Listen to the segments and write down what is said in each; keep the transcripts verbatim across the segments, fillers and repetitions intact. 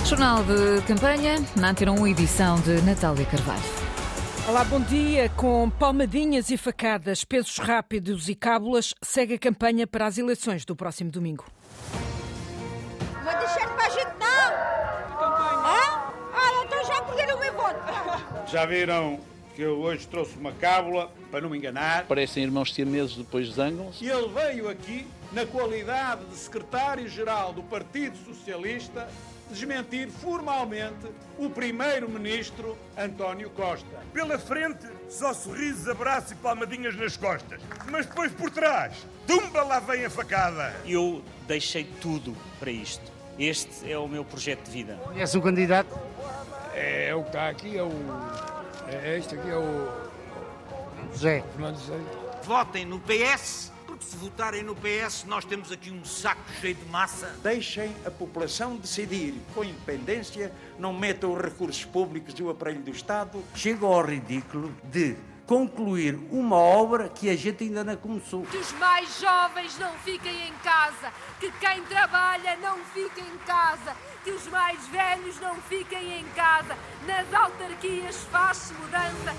Jornal de campanha, na Antena um, edição de Natália Carvalho. Olá, bom dia. Com palmadinhas e facadas, pesos rápidos e cábulas, segue a campanha para as eleições do próximo domingo. Vou deixar para a gente não! Hã? Ah, então já perderam o meu voto. Já viram que eu hoje trouxe uma cábula, para não me enganar. Parecem irmãos siameses depois zangam-se. E ele veio aqui, na qualidade de secretário-geral do Partido Socialista, desmentir formalmente o primeiro-ministro António Costa. Pela frente, só sorrisos, abraços e palmadinhas nas costas. Mas depois por trás, tumba, lá vem a facada. Eu deixei tudo para isto. Este é o meu projeto de vida. Conhece um candidato? É, é o que está aqui, é o... É este aqui, é o... José. Fernando José. Votem no P S, porque se votarem no P S nós temos aqui um saco cheio de massa. Deixem a população decidir com independência, não metam os recursos públicos e o aparelho do Estado. Chega ao ridículo de concluir uma obra que a gente ainda não começou. Que os mais jovens não fiquem em casa, que quem trabalha não fique em casa, que os mais velhos não fiquem em casa. Nas autarquias faz-se mudança.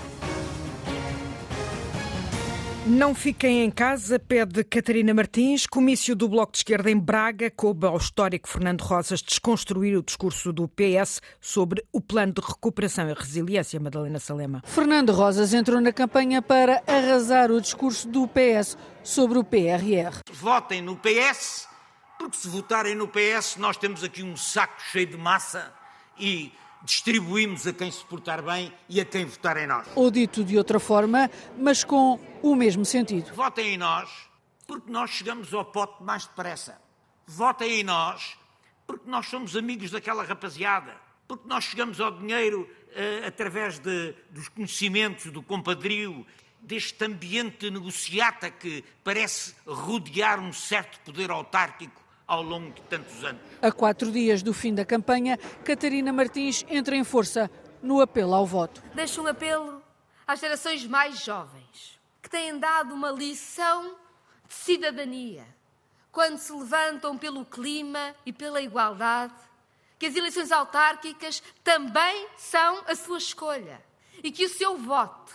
Não fiquem em casa, pede Catarina Martins. Comício do Bloco de Esquerda em Braga. Coube ao histórico Fernando Rosas desconstruir o discurso do P S sobre o plano de recuperação e resiliência. Madalena Salema. Fernando Rosas entrou na campanha para arrasar o discurso do P S sobre o P R R. Votem no P S, porque se votarem no P S nós temos aqui um saco cheio de massa e distribuímos a quem se portar bem e a quem votar em nós. Ou dito de outra forma, mas com o mesmo sentido. Votem em nós, porque nós chegamos ao pote mais depressa. Votem em nós, porque nós somos amigos daquela rapaziada. Porque nós chegamos ao dinheiro uh, através de, dos conhecimentos, do compadrio, deste ambiente de negociata que parece rodear um certo poder autárquico ao longo de tantos anos. A quatro dias do fim da campanha, Catarina Martins entra em força no apelo ao voto. Deixo um apelo às gerações mais jovens, que têm dado uma lição de cidadania, quando se levantam pelo clima e pela igualdade, que as eleições autárquicas também são a sua escolha e que o seu voto,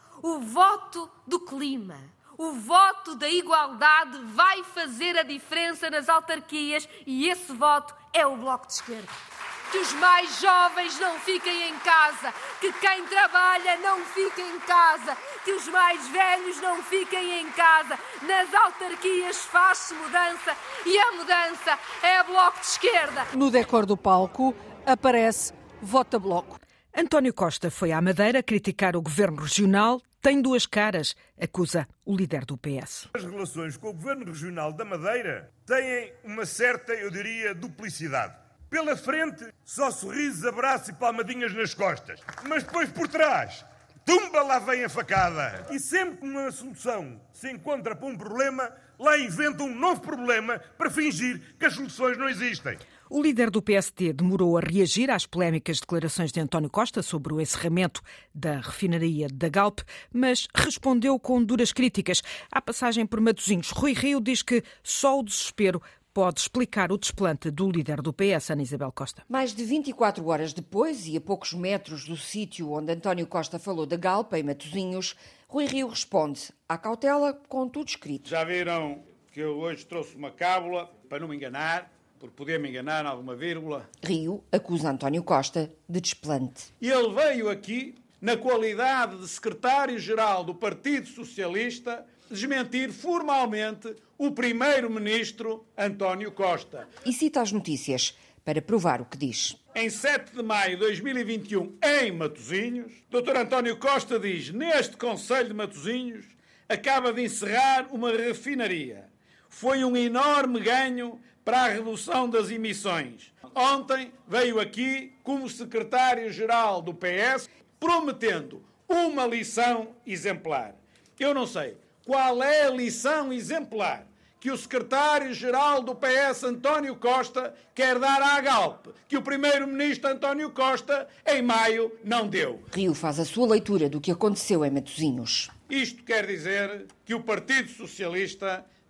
o voto do clima, o voto da igualdade vai fazer a diferença nas autarquias e esse voto é o Bloco de Esquerda. Que os mais jovens não fiquem em casa, que quem trabalha não fique em casa, que os mais velhos não fiquem em casa. Nas autarquias faz-se mudança e a mudança é o Bloco de Esquerda. No decor do palco aparece Vota Bloco. António Costa foi à Madeira criticar o governo regional. Tem duas caras, acusa o líder do P S. As relações com o governo regional da Madeira têm uma certa, eu diria, duplicidade. Pela frente, só sorrisos, abraços e palmadinhas nas costas. Mas depois por trás, tumba, lá vem a facada. E sempre que uma solução se encontra para um problema, lá inventa um novo problema para fingir que as soluções não existem. O líder do P S T demorou a reagir às polémicas declarações de António Costa sobre o encerramento da refinaria da Galp, mas respondeu com duras críticas. À passagem por Matosinhos, Rui Rio diz que só o desespero pode explicar o desplante do líder do P S, Ana Isabel Costa. Mais de vinte e quatro horas depois e a poucos metros do sítio onde António Costa falou da Galp, em Matosinhos, Rui Rio responde à cautela com tudo escrito. Já viram que eu hoje trouxe uma cábula, para não me enganar, por poder me enganar em alguma vírgula. Rio acusa António Costa de desplante. E ele veio aqui, na qualidade de secretário-geral do Partido Socialista, desmentir formalmente o primeiro-ministro António Costa. E cita as notícias para provar o que diz. Em sete de maio de dois mil e vinte e um, em Matosinhos, doutor António Costa diz: neste Conselho de Matosinhos acaba de encerrar uma refinaria. Foi um enorme ganho para a redução das emissões. Ontem veio aqui como secretário-geral do P S, prometendo uma lição exemplar. Eu não sei qual é a lição exemplar que o secretário-geral do P S, António Costa, quer dar à Galp, que o primeiro-ministro António Costa, em maio, não deu. Rio faz a sua leitura do que aconteceu em Matosinhos. Isto quer dizer que o Partido Socialista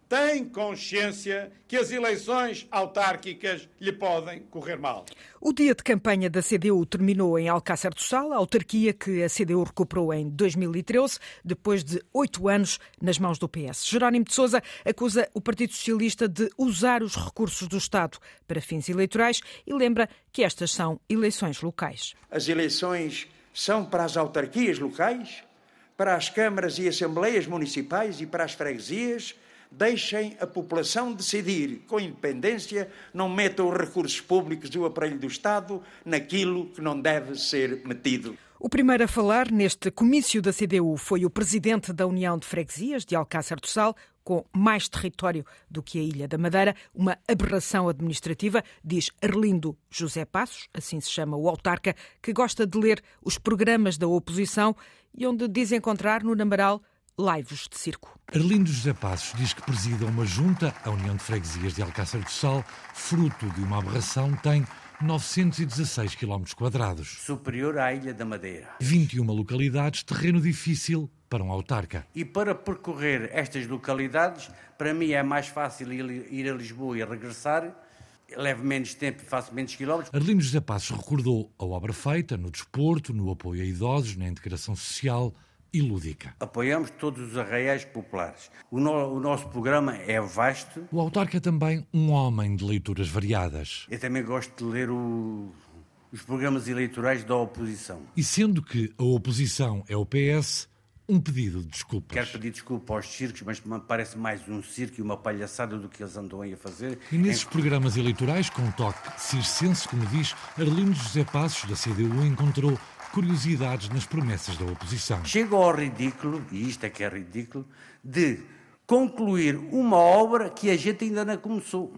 tem consciência que as eleições autárquicas lhe podem correr mal. O dia de campanha da C D U terminou em Alcácer do Sal, a autarquia que a C D U recuperou em dois mil e treze, depois de oito anos nas mãos do P S. Jerónimo de Sousa acusa o Partido Socialista de usar os recursos do Estado para fins eleitorais e lembra que estas são eleições locais. As eleições são para as autarquias locais, para as câmaras e assembleias municipais e para as freguesias. Deixem a população decidir com independência, não metam os recursos públicos do aparelho do Estado naquilo que não deve ser metido. O primeiro a falar neste comício da C D U foi o presidente da União de Freguesias de Alcácer do Sal, com mais território do que a Ilha da Madeira, uma aberração administrativa, diz Arlindo José Passos, assim se chama o autarca, que gosta de ler os programas da oposição e onde diz encontrar no Namaral laivos de circo. Arlindo José Passos diz que presida uma junta, a União de Freguesias de Alcácer do Sal, fruto de uma aberração, tem novecentos e dezasseis quilómetros quadrados. Superior à Ilha da Madeira. vinte e uma localidades, terreno difícil para um autarca. E para percorrer estas localidades, para mim é mais fácil ir a Lisboa e regressar. Levo menos tempo e faço menos quilómetros. Arlindo José Passos recordou a obra feita no desporto, no apoio a idosos, na integração social e lúdica. Apoiamos todos os arraiais populares. O, no, o nosso programa é vasto. O autarca é também um homem de leituras variadas. Eu também gosto de ler o, os programas eleitorais da oposição. E sendo que a oposição é o P S, um pedido de desculpas. Quero pedir desculpa aos circos, mas me parece mais um circo e uma palhaçada do que eles andam aí a fazer. E nesses em... programas eleitorais, com um toque circense, como diz, Arlindo José Passos, da C D U, encontrou curiosidades nas promessas da oposição. Chega ao ridículo, e isto é que é ridículo, de concluir uma obra que a gente ainda não começou.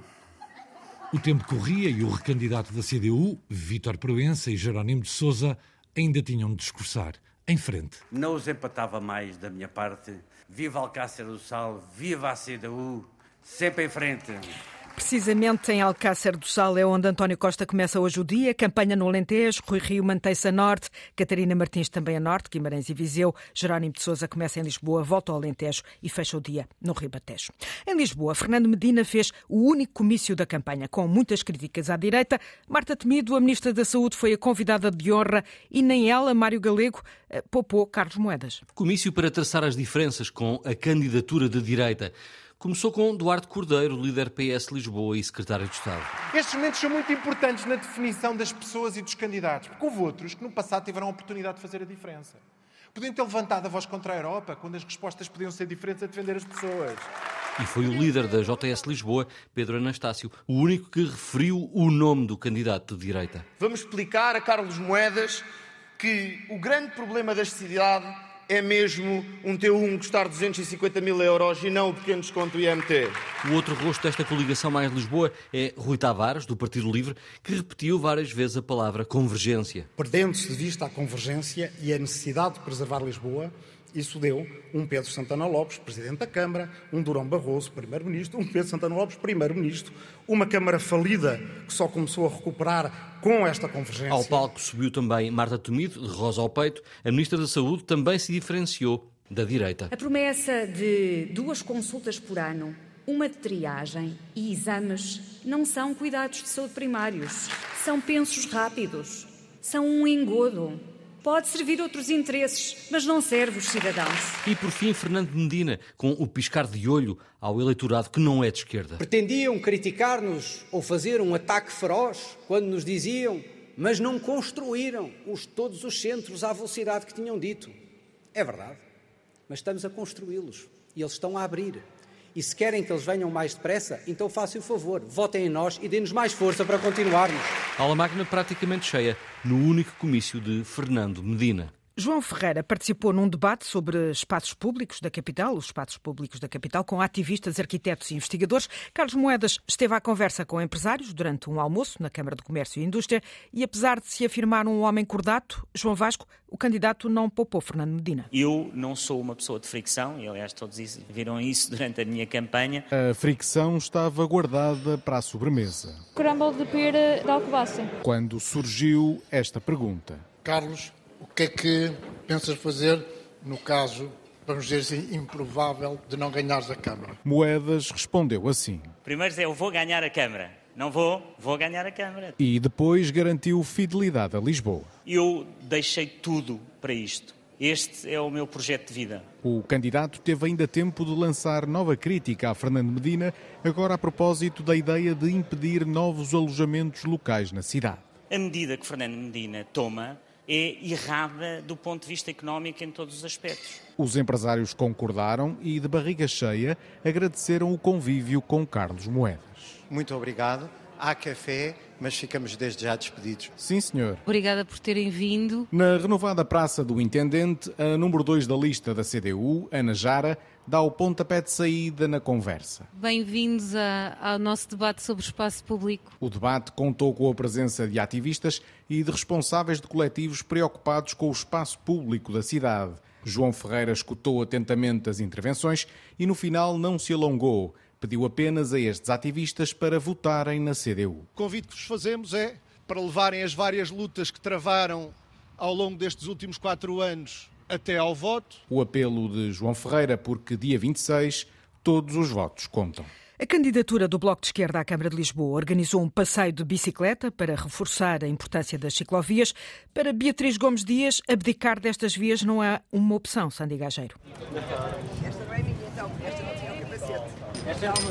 O tempo corria e o recandidato da C D U, Vítor Proença e Jerónimo de Sousa, ainda tinham de discursar em frente. Não os empatava mais da minha parte. Viva Alcácer do Sal, viva a C D U, sempre em frente. Precisamente em Alcácer do Sal é onde António Costa começa hoje o dia. Campanha no Alentejo, Rui Rio mantém-se a norte, Catarina Martins também a norte, Guimarães e Viseu. Jerónimo de Sousa começa em Lisboa, volta ao Alentejo e fecha o dia no Ribatejo. Em Lisboa, Fernando Medina fez o único comício da campanha, com muitas críticas à direita. Marta Temido, a Ministra da Saúde, foi a convidada de honra e nem ela, Mário Galego, poupou Carlos Moedas. Comício para traçar as diferenças com a candidatura de direita. Começou com Duarte Cordeiro, líder P S Lisboa e secretário de Estado. Estes momentos são muito importantes na definição das pessoas e dos candidatos, porque houve outros que no passado tiveram a oportunidade de fazer a diferença. Podiam ter levantado a voz contra a Europa, quando as respostas podiam ser diferentes a defender as pessoas. E foi o líder da J S Lisboa, Pedro Anastácio, o único que referiu o nome do candidato de direita. Vamos explicar a Carlos Moedas que o grande problema da cidade é mesmo um T um custar duzentos e cinquenta mil euros e não o pequeno desconto do I M T. O outro rosto desta coligação Mais Lisboa é Rui Tavares, do Partido Livre, que repetiu várias vezes a palavra convergência. Perdendo-se de vista a convergência e a necessidade de preservar Lisboa, isso deu um Pedro Santana Lopes, Presidente da Câmara, um Durão Barroso, Primeiro-Ministro, um Pedro Santana Lopes, Primeiro-Ministro, uma Câmara falida que só começou a recuperar com esta convergência. Ao palco subiu também Marta Temido, de rosa ao peito. A Ministra da Saúde também se diferenciou da direita. A promessa de duas consultas por ano, uma de triagem e exames não são cuidados de saúde primários. São pensos rápidos. São um engodo. Pode servir outros interesses, mas não serve os cidadãos. E por fim, Fernando Medina, com o piscar de olho ao eleitorado que não é de esquerda. Pretendiam criticar-nos ou fazer um ataque feroz quando nos diziam, mas não construíram os, todos os centros à velocidade que tinham dito. É verdade, mas estamos a construí-los e eles estão a abrir. E se querem que eles venham mais depressa, então façam o favor, votem em nós e dê-nos mais força para continuarmos. Aula magna praticamente cheia no único comício de Fernando Medina. João Ferreira participou num debate sobre espaços públicos da capital, os espaços públicos da capital, com ativistas, arquitetos e investigadores. Carlos Moedas esteve à conversa com empresários durante um almoço na Câmara de Comércio e Indústria e, apesar de se afirmar um homem cordato, João Vasco, o candidato não poupou Fernando Medina. Eu não sou uma pessoa de fricção, e aliás todos viram isso durante a minha campanha. A fricção estava guardada para a sobremesa. Crumble de pera de Alcobaça. Quando surgiu esta pergunta. Carlos, o que é que pensas fazer no caso vamos dizer assim, improvável de não ganhares a Câmara? Moedas respondeu assim. Primeiro é eu vou ganhar a Câmara. Não vou, vou ganhar a Câmara. E depois garantiu fidelidade a Lisboa. Eu deixei tudo para isto. Este é o meu projeto de vida. O candidato teve ainda tempo de lançar nova crítica a Fernando Medina, agora a propósito da ideia de impedir novos alojamentos locais na cidade. A medida que Fernando Medina toma é errada do ponto de vista económico em todos os aspectos. Os empresários concordaram e, de barriga cheia, agradeceram o convívio com Carlos Moedas. Muito obrigado. Há café, mas ficamos desde já despedidos. Sim, senhor. Obrigada por terem vindo. Na renovada Praça do Intendente, a número dois da lista da C D U, Ana Jara, dá o pontapé de saída na conversa. Bem-vindos a, ao nosso debate sobre o espaço público. O debate contou com a presença de ativistas e de responsáveis de coletivos preocupados com o espaço público da cidade. João Ferreira escutou atentamente as intervenções e, no final, não se alongou. Pediu apenas a estes ativistas para votarem na C D U. O convite que vos fazemos é para levarem as várias lutas que travaram ao longo destes últimos quatro anos até ao voto. O apelo de João Ferreira, porque dia vinte e seis todos os votos contam. A candidatura do Bloco de Esquerda à Câmara de Lisboa organizou um passeio de bicicleta para reforçar a importância das ciclovias. Para Beatriz Gomes Dias, abdicar destas vias não é uma opção, Sandy Gageiro. Esta não é minha, então. Esta não tinha o capacete. Esta é a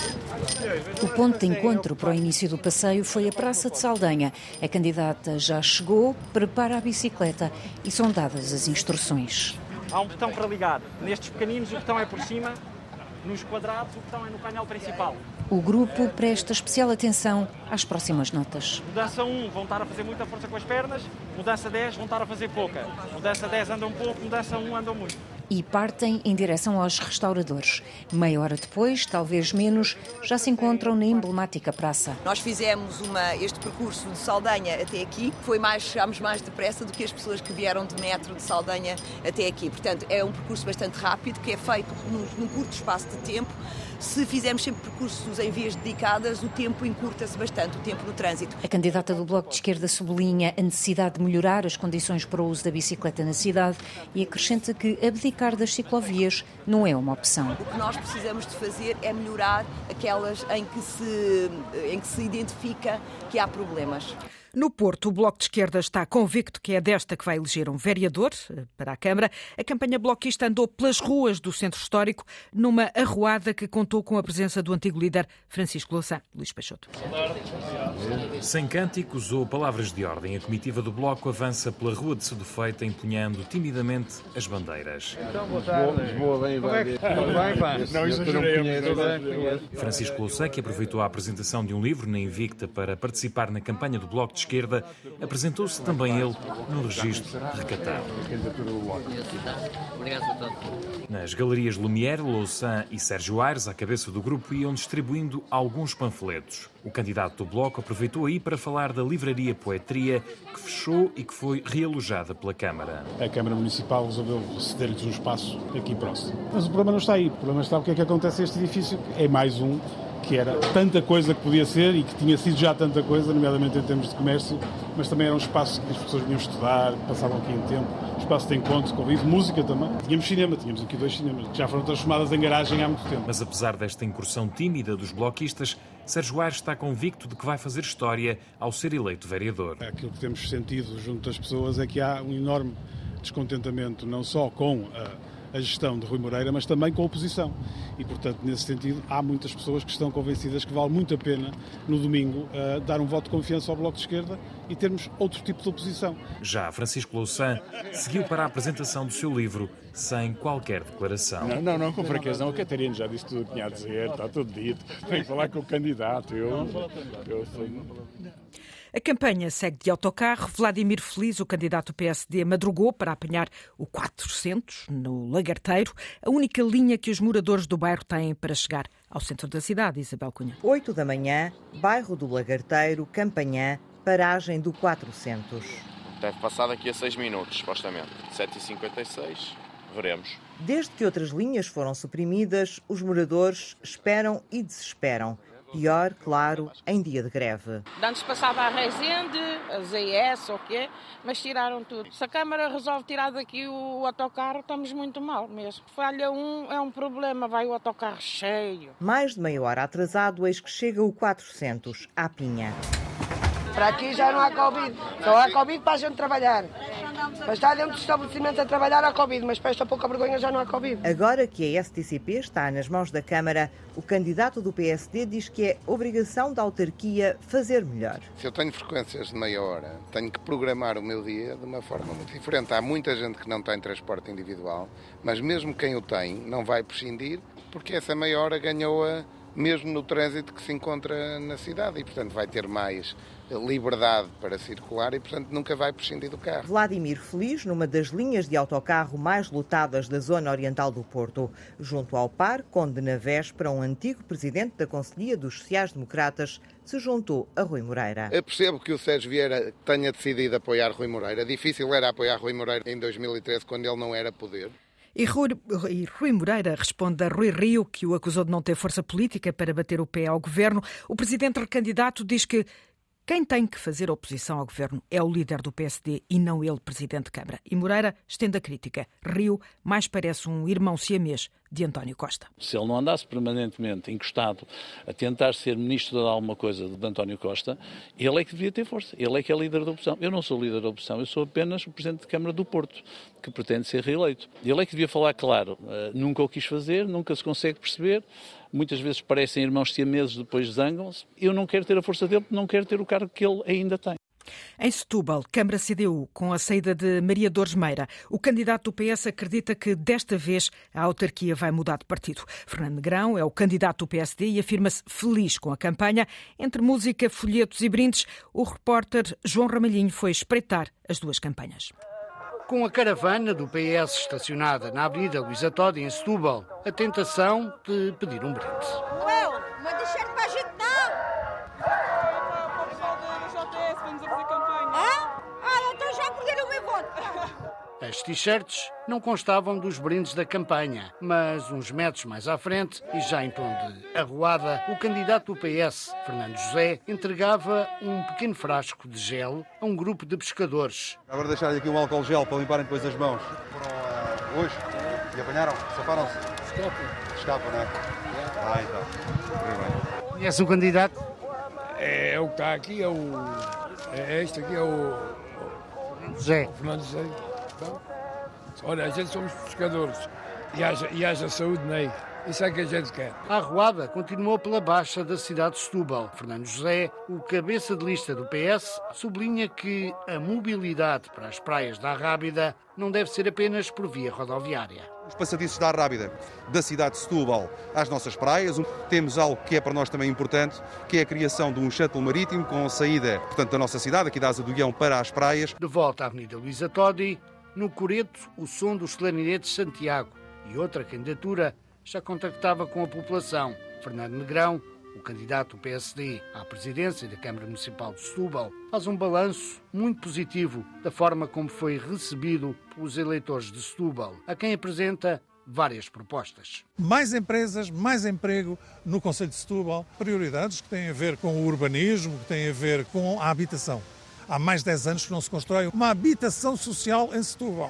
O ponto de encontro para o início do passeio foi a Praça de Saldanha. A candidata já chegou, prepara a bicicleta e são dadas as instruções. Há um botão para ligar. Nestes pequeninos o botão é por cima, nos quadrados o botão é no painel principal. O grupo presta especial atenção às próximas notas. Mudança um, vão estar a fazer muita força com as pernas. Mudança dez, vão estar a fazer pouca. Mudança dez, andam pouco. Mudança um, andam muito. E partem em direção aos restauradores. Meia hora depois, talvez menos, já se encontram na emblemática praça. Nós fizemos uma, este percurso de Saldanha até aqui, foi mais, chegámos mais depressa do que as pessoas que vieram de metro de Saldanha até aqui. Portanto, é um percurso bastante rápido, que é feito num, num curto espaço de tempo. Se fizermos sempre percursos em vias dedicadas, o tempo encurta-se bastante, o tempo no trânsito. A candidata do Bloco de Esquerda sublinha a necessidade de melhorar as condições para o uso da bicicleta na cidade e acrescenta que abdicar das ciclovias não é uma opção. O que nós precisamos de fazer é melhorar aquelas em que se, em que se identifica que há problemas. No Porto, o Bloco de Esquerda está convicto que é desta que vai eleger um vereador para a Câmara. A campanha bloquista andou pelas ruas do Centro Histórico numa arruada que contou com a presença do antigo líder Francisco Louçã. Luís Peixoto. Sem cânticos ou palavras de ordem, a comitiva do Bloco avança pela Rua de Sedufeita empunhando timidamente as bandeiras. Então, boa tarde. Lisboa, bem, vai. Bem, pá. Não exagerei. Francisco Louçã, que aproveitou a apresentação de um livro na Invicta para participar na campanha do Bloco de Esquerda, apresentou-se também ele no registro recatado. Nas galerias Lumière, Louçã e Sérgio Aires, à cabeça do grupo, iam distribuindo alguns panfletos. O candidato do Bloco aproveitou aí para falar da livraria Poetria, que fechou e que foi realojada pela Câmara. A Câmara Municipal resolveu ceder-lhes um espaço aqui próximo. Mas o problema não está aí. O problema está o que é que acontece a este edifício. É mais um que era tanta coisa que podia ser e que tinha sido já tanta coisa, nomeadamente em termos de comércio, mas também era um espaço que as pessoas vinham estudar, passavam aqui em tempo, um espaço de encontro, de convívio, música também. Tínhamos cinema, tínhamos aqui dois cinemas, que já foram transformadas em garagem há muito tempo. Mas apesar desta incursão tímida dos bloquistas, Sérgio Aires está convicto de que vai fazer história ao ser eleito vereador. Aquilo que temos sentido junto das pessoas é que há um enorme descontentamento, não só com a a gestão de Rui Moreira, mas também com a oposição. E, portanto, nesse sentido, há muitas pessoas que estão convencidas que vale muito a pena, no domingo, uh, dar um voto de confiança ao Bloco de Esquerda e termos outro tipo de oposição. Já Francisco Louçã seguiu para a apresentação do seu livro sem qualquer declaração. Não, não, não com fraqueza. Não. A Catarina já disse tudo o que tinha a dizer, está tudo dito. Tem que falar com o candidato. Eu, eu sou... A campanha segue de autocarro. Vladimir Feliz, o candidato do P S D, madrugou para apanhar o quatrocentos no Lagarteiro, a única linha que os moradores do bairro têm para chegar ao centro da cidade. Isabel Cunha. oito da manhã, bairro do Lagarteiro, Campanhã, paragem do quatrocentos. Deve passar daqui a seis minutos, supostamente. sete e cinquenta e seis, veremos. Desde que outras linhas foram suprimidas, os moradores esperam e desesperam. Pior, claro, em dia de greve. Antes passava a Rezende, a Z S ou o quê, mas tiraram tudo. Se a Câmara resolve tirar daqui o autocarro, estamos muito mal mesmo. Falha um, é um problema, vai o autocarro cheio. Mais de meia hora atrasado, eis que chega o quatrocentos, à Pinha. Para aqui já não há Covid, só há Covid para a gente trabalhar. Mas está dentro dos estabelecimentos a trabalhar há Covid, mas para esta pouca vergonha já não há Covid. Agora que a S T C P está nas mãos da Câmara, o candidato do P S D diz que é obrigação da autarquia fazer melhor. Se eu tenho frequências de meia hora, tenho que programar o meu dia de uma forma muito diferente. Há muita gente que não tem transporte individual, mas mesmo quem o tem não vai prescindir, porque essa meia hora ganhou-a mesmo no trânsito que se encontra na cidade e, portanto, vai ter mais liberdade para circular e, portanto, nunca vai prescindir do carro. Vladimir Feliz, numa das linhas de autocarro mais lotadas da zona oriental do Porto. Junto ao par, Conde na véspera, um antigo presidente da Conselhia dos Sociais-Democratas se juntou a Rui Moreira. Eu percebo que o Sérgio Vieira tenha decidido apoiar Rui Moreira. Difícil era apoiar Rui Moreira em dois mil e treze, quando ele não era poder. E Rui, e Rui Moreira responde a Rui Rio, que o acusou de não ter força política para bater o pé ao governo. O presidente recandidato diz que quem tem que fazer oposição ao governo é o líder do P S D e não ele, presidente de Câmara. E Moreira estende a crítica. Rio mais parece um irmão siamês de António Costa. Se ele não andasse permanentemente encostado a tentar ser ministro de alguma coisa de António Costa, ele é que devia ter força. Ele é que é líder da oposição. Eu não sou líder da oposição, eu sou apenas o presidente de Câmara do Porto, que pretende ser reeleito. Ele é que devia falar claro. Uh, nunca o quis fazer, nunca se consegue perceber. Muitas vezes parecem irmãos siameses, depois zangam-se. Eu não quero ter a força dele, porque não quero ter o cargo que ele ainda tem. Em Setúbal, Câmara C D U, com a saída de Maria Dores Meira, o candidato do P S acredita que desta vez a autarquia vai mudar de partido. Fernando Negrão é o candidato do P S D e afirma-se feliz com a campanha. Entre música, folhetos e brindes, o repórter João Ramalhinho foi espreitar as duas campanhas. Com a caravana do P S estacionada na Avenida Luísa Todi, em Setúbal, a tentação de pedir um brinde. Well, uma t-shirt para a gente não! Ah? Ah, então já perderam o meu voto! As t-shirts não constavam dos brindes da campanha, mas uns metros mais à frente, e já em tom de arruada, o candidato do P S, Fernando José, entregava um pequeno frasco de gel a um grupo de pescadores. Agora deixar-lhe aqui um álcool gel para limparem depois as mãos. Foram uh, hoje e apanharam, safaram-se. Escapam. Escapam, não é? Ah, então. Conhece o candidato? É, é o que está aqui, é o... É este aqui, é o... Fernando José. Fernando José. Então, olha, a gente somos pescadores e haja, e haja saúde nele. Isso é que a gente quer. A arruada continuou pela baixa da cidade de Setúbal. Fernando José, o cabeça de lista do P S, sublinha que a mobilidade para as praias da Arrábida não deve ser apenas por via rodoviária. Os passadiços da Arrábida, da cidade de Setúbal às nossas praias, temos algo que é para nós também importante, que é a criação de um shuttle marítimo com saída, portanto, da nossa cidade, aqui da Asa do Guião, para as praias. De volta à Avenida Luísa Todi, no Coreto, o som dos clarinetes de Santiago e outra candidatura já contactava com a população. Fernando Negrão, o candidato do P S D à presidência da Câmara Municipal de Setúbal, faz um balanço muito positivo da forma como foi recebido pelos eleitores de Setúbal, a quem apresenta várias propostas. Mais empresas, mais emprego no concelho de Setúbal, prioridades que têm a ver com o urbanismo, que têm a ver com a habitação. Há mais de dez anos que não se constrói uma habitação social em Setúbal.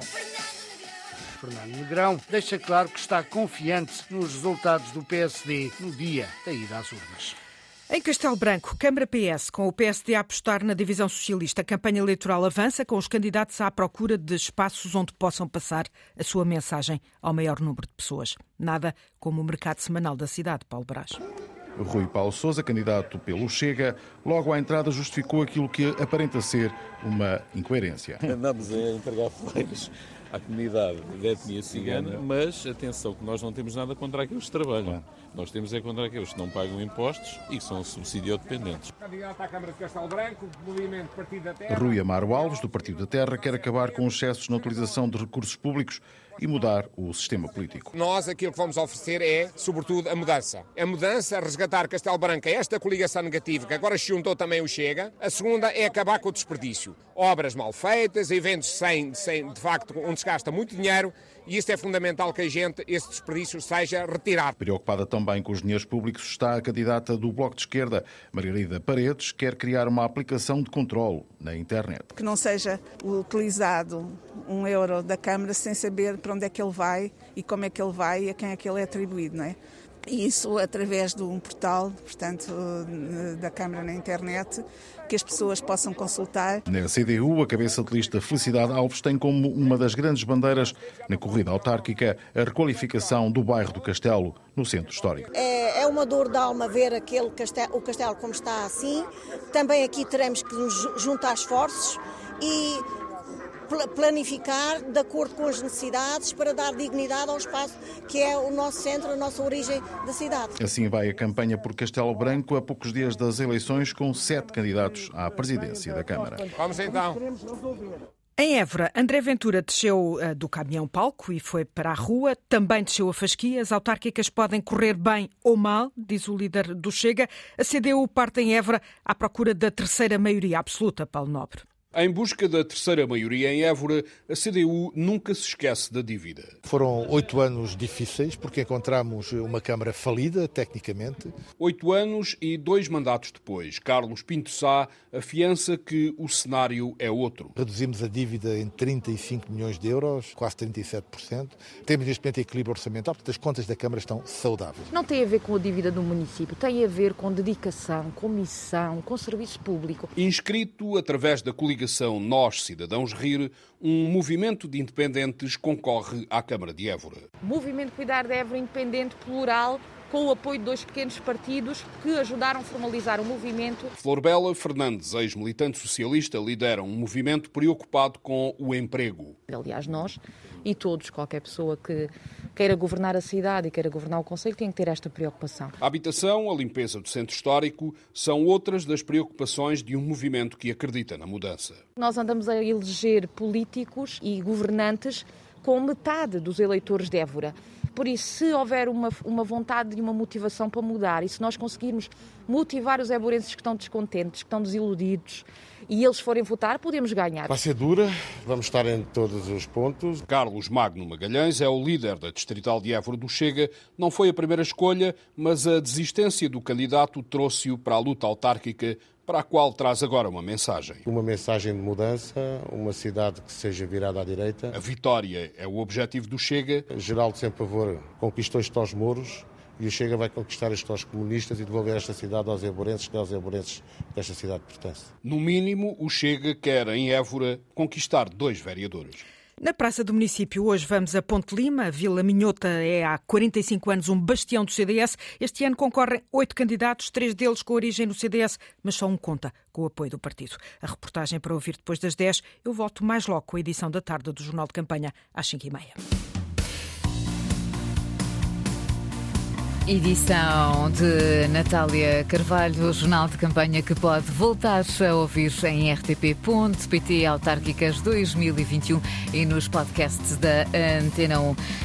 Fernando Negrão deixa claro que está confiante nos resultados do P S D no dia da ida às urnas. Em Castelo Branco, Câmara P S, com o P S D a apostar na divisão socialista, a campanha eleitoral avança com os candidatos à procura de espaços onde possam passar a sua mensagem ao maior número de pessoas. Nada como o mercado semanal da cidade, Paulo Brás. Rui Paulo Sousa, candidato pelo Chega, logo à entrada justificou aquilo que aparenta ser uma incoerência. Andamos a entregar flores à comunidade da etnia cigana, mas atenção que nós não temos nada contra aqueles que trabalham. Nós temos é contra aqueles que não pagam impostos e que são subsidiodependentes. Candidato à Câmara de Castelo Branco, Movimento Partido da Terra. Rui Amaro Alves, do Partido da Terra, quer acabar com os excessos na utilização de recursos públicos e mudar o sistema político. Nós aquilo que vamos oferecer é, sobretudo, a mudança. A mudança, resgatar Castelo Branco, esta coligação negativa, que agora se juntou também o Chega. A segunda é acabar com o desperdício. Obras mal feitas, eventos sem, sem de facto, onde se gasta muito dinheiro e isso é fundamental que a gente, esse desperdício, seja retirado. Preocupada também com os dinheiros públicos está a candidata do Bloco de Esquerda, Margarida Paredes, quer criar uma aplicação de controle na internet. Que não seja utilizado um euro da Câmara sem saber para onde é que ele vai e como é que ele vai e a quem é que ele é atribuído, não é? E isso através de um portal, portanto, da Câmara na internet, que as pessoas possam consultar. Na C D U, a cabeça de lista Felicidade Alves tem como uma das grandes bandeiras na corrida autárquica a requalificação do bairro do Castelo, no centro histórico. É, é uma dor de alma ver aquele castelo, o castelo como está assim. Também aqui teremos que nos juntar esforços e planificar de acordo com as necessidades para dar dignidade ao espaço que é o nosso centro, a nossa origem da cidade. Assim vai a campanha por Castelo Branco a poucos dias das eleições, com sete candidatos à presidência da Câmara. Vamos então. Em Évora, André Ventura desceu uh, do caminhão-palco e foi para a rua. Também desceu a fasquia. As autárquicas podem correr bem ou mal, diz o líder do Chega. A C D U parte em Évora à procura da terceira maioria absoluta, Paulo Nobre. Em busca da terceira maioria em Évora, a C D U nunca se esquece da dívida. Foram oito anos difíceis, porque encontramos uma Câmara falida, tecnicamente. Oito anos e dois mandatos depois, Carlos Pinto Sá afiança que o cenário é outro. Reduzimos a dívida em trinta e cinco milhões de euros, quase trinta e sete por cento. Temos neste momento equilíbrio orçamental, portanto as contas da Câmara estão saudáveis. Não tem a ver com a dívida do município, tem a ver com dedicação, com missão, com serviço público. Inscrito através da coligação Nós, Cidadãos Rir, um movimento de independentes concorre à Câmara de Évora. Movimento Cuidar de Évora independente, plural, com o apoio de dois pequenos partidos que ajudaram a formalizar o movimento. Florbela Fernandes, ex-militante socialista, lidera um movimento preocupado com o emprego. Aliás, nós e todos, qualquer pessoa que queira governar a cidade e queira governar o concelho, tem que ter esta preocupação. A habitação, a limpeza do centro histórico são outras das preocupações de um movimento que acredita na mudança. Nós andamos a eleger políticos e governantes com metade dos eleitores de Évora. Por isso, se houver uma, uma vontade e uma motivação para mudar, e se nós conseguirmos motivar os évorenses que estão descontentes, que estão desiludidos, e eles forem votar, podemos ganhar. Vai ser dura, vamos estar em todos os pontos. Carlos Magno Magalhães é o líder da Distrital de Évora do Chega. Não foi a primeira escolha, mas a desistência do candidato trouxe-o para a luta autárquica, para a qual traz agora uma mensagem. Uma mensagem de mudança, uma cidade que seja virada à direita. A vitória é o objetivo do Chega. Geraldo Sem Pavor conquistou isto aos mouros e o Chega vai conquistar isto aos comunistas e devolver esta cidade aos évorenses, que aos évorenses desta cidade pertence. No mínimo, o Chega quer, em Évora, conquistar dois vereadores. Na Praça do Município, hoje vamos a Ponte Lima. A Vila Minhota é há quarenta e cinco anos um bastião do C D S. Este ano concorrem oito candidatos, três deles com origem no C D S, mas só um conta com o apoio do partido. A reportagem para ouvir depois das dez. Eu volto mais logo com a edição da tarde do Jornal de Campanha, às cinco e meia. Edição de Natália Carvalho, o Jornal de Campanha que pode voltar a ouvir em r t p ponto p t, Autárquicas dois mil e vinte e um e nos podcasts da Antena um.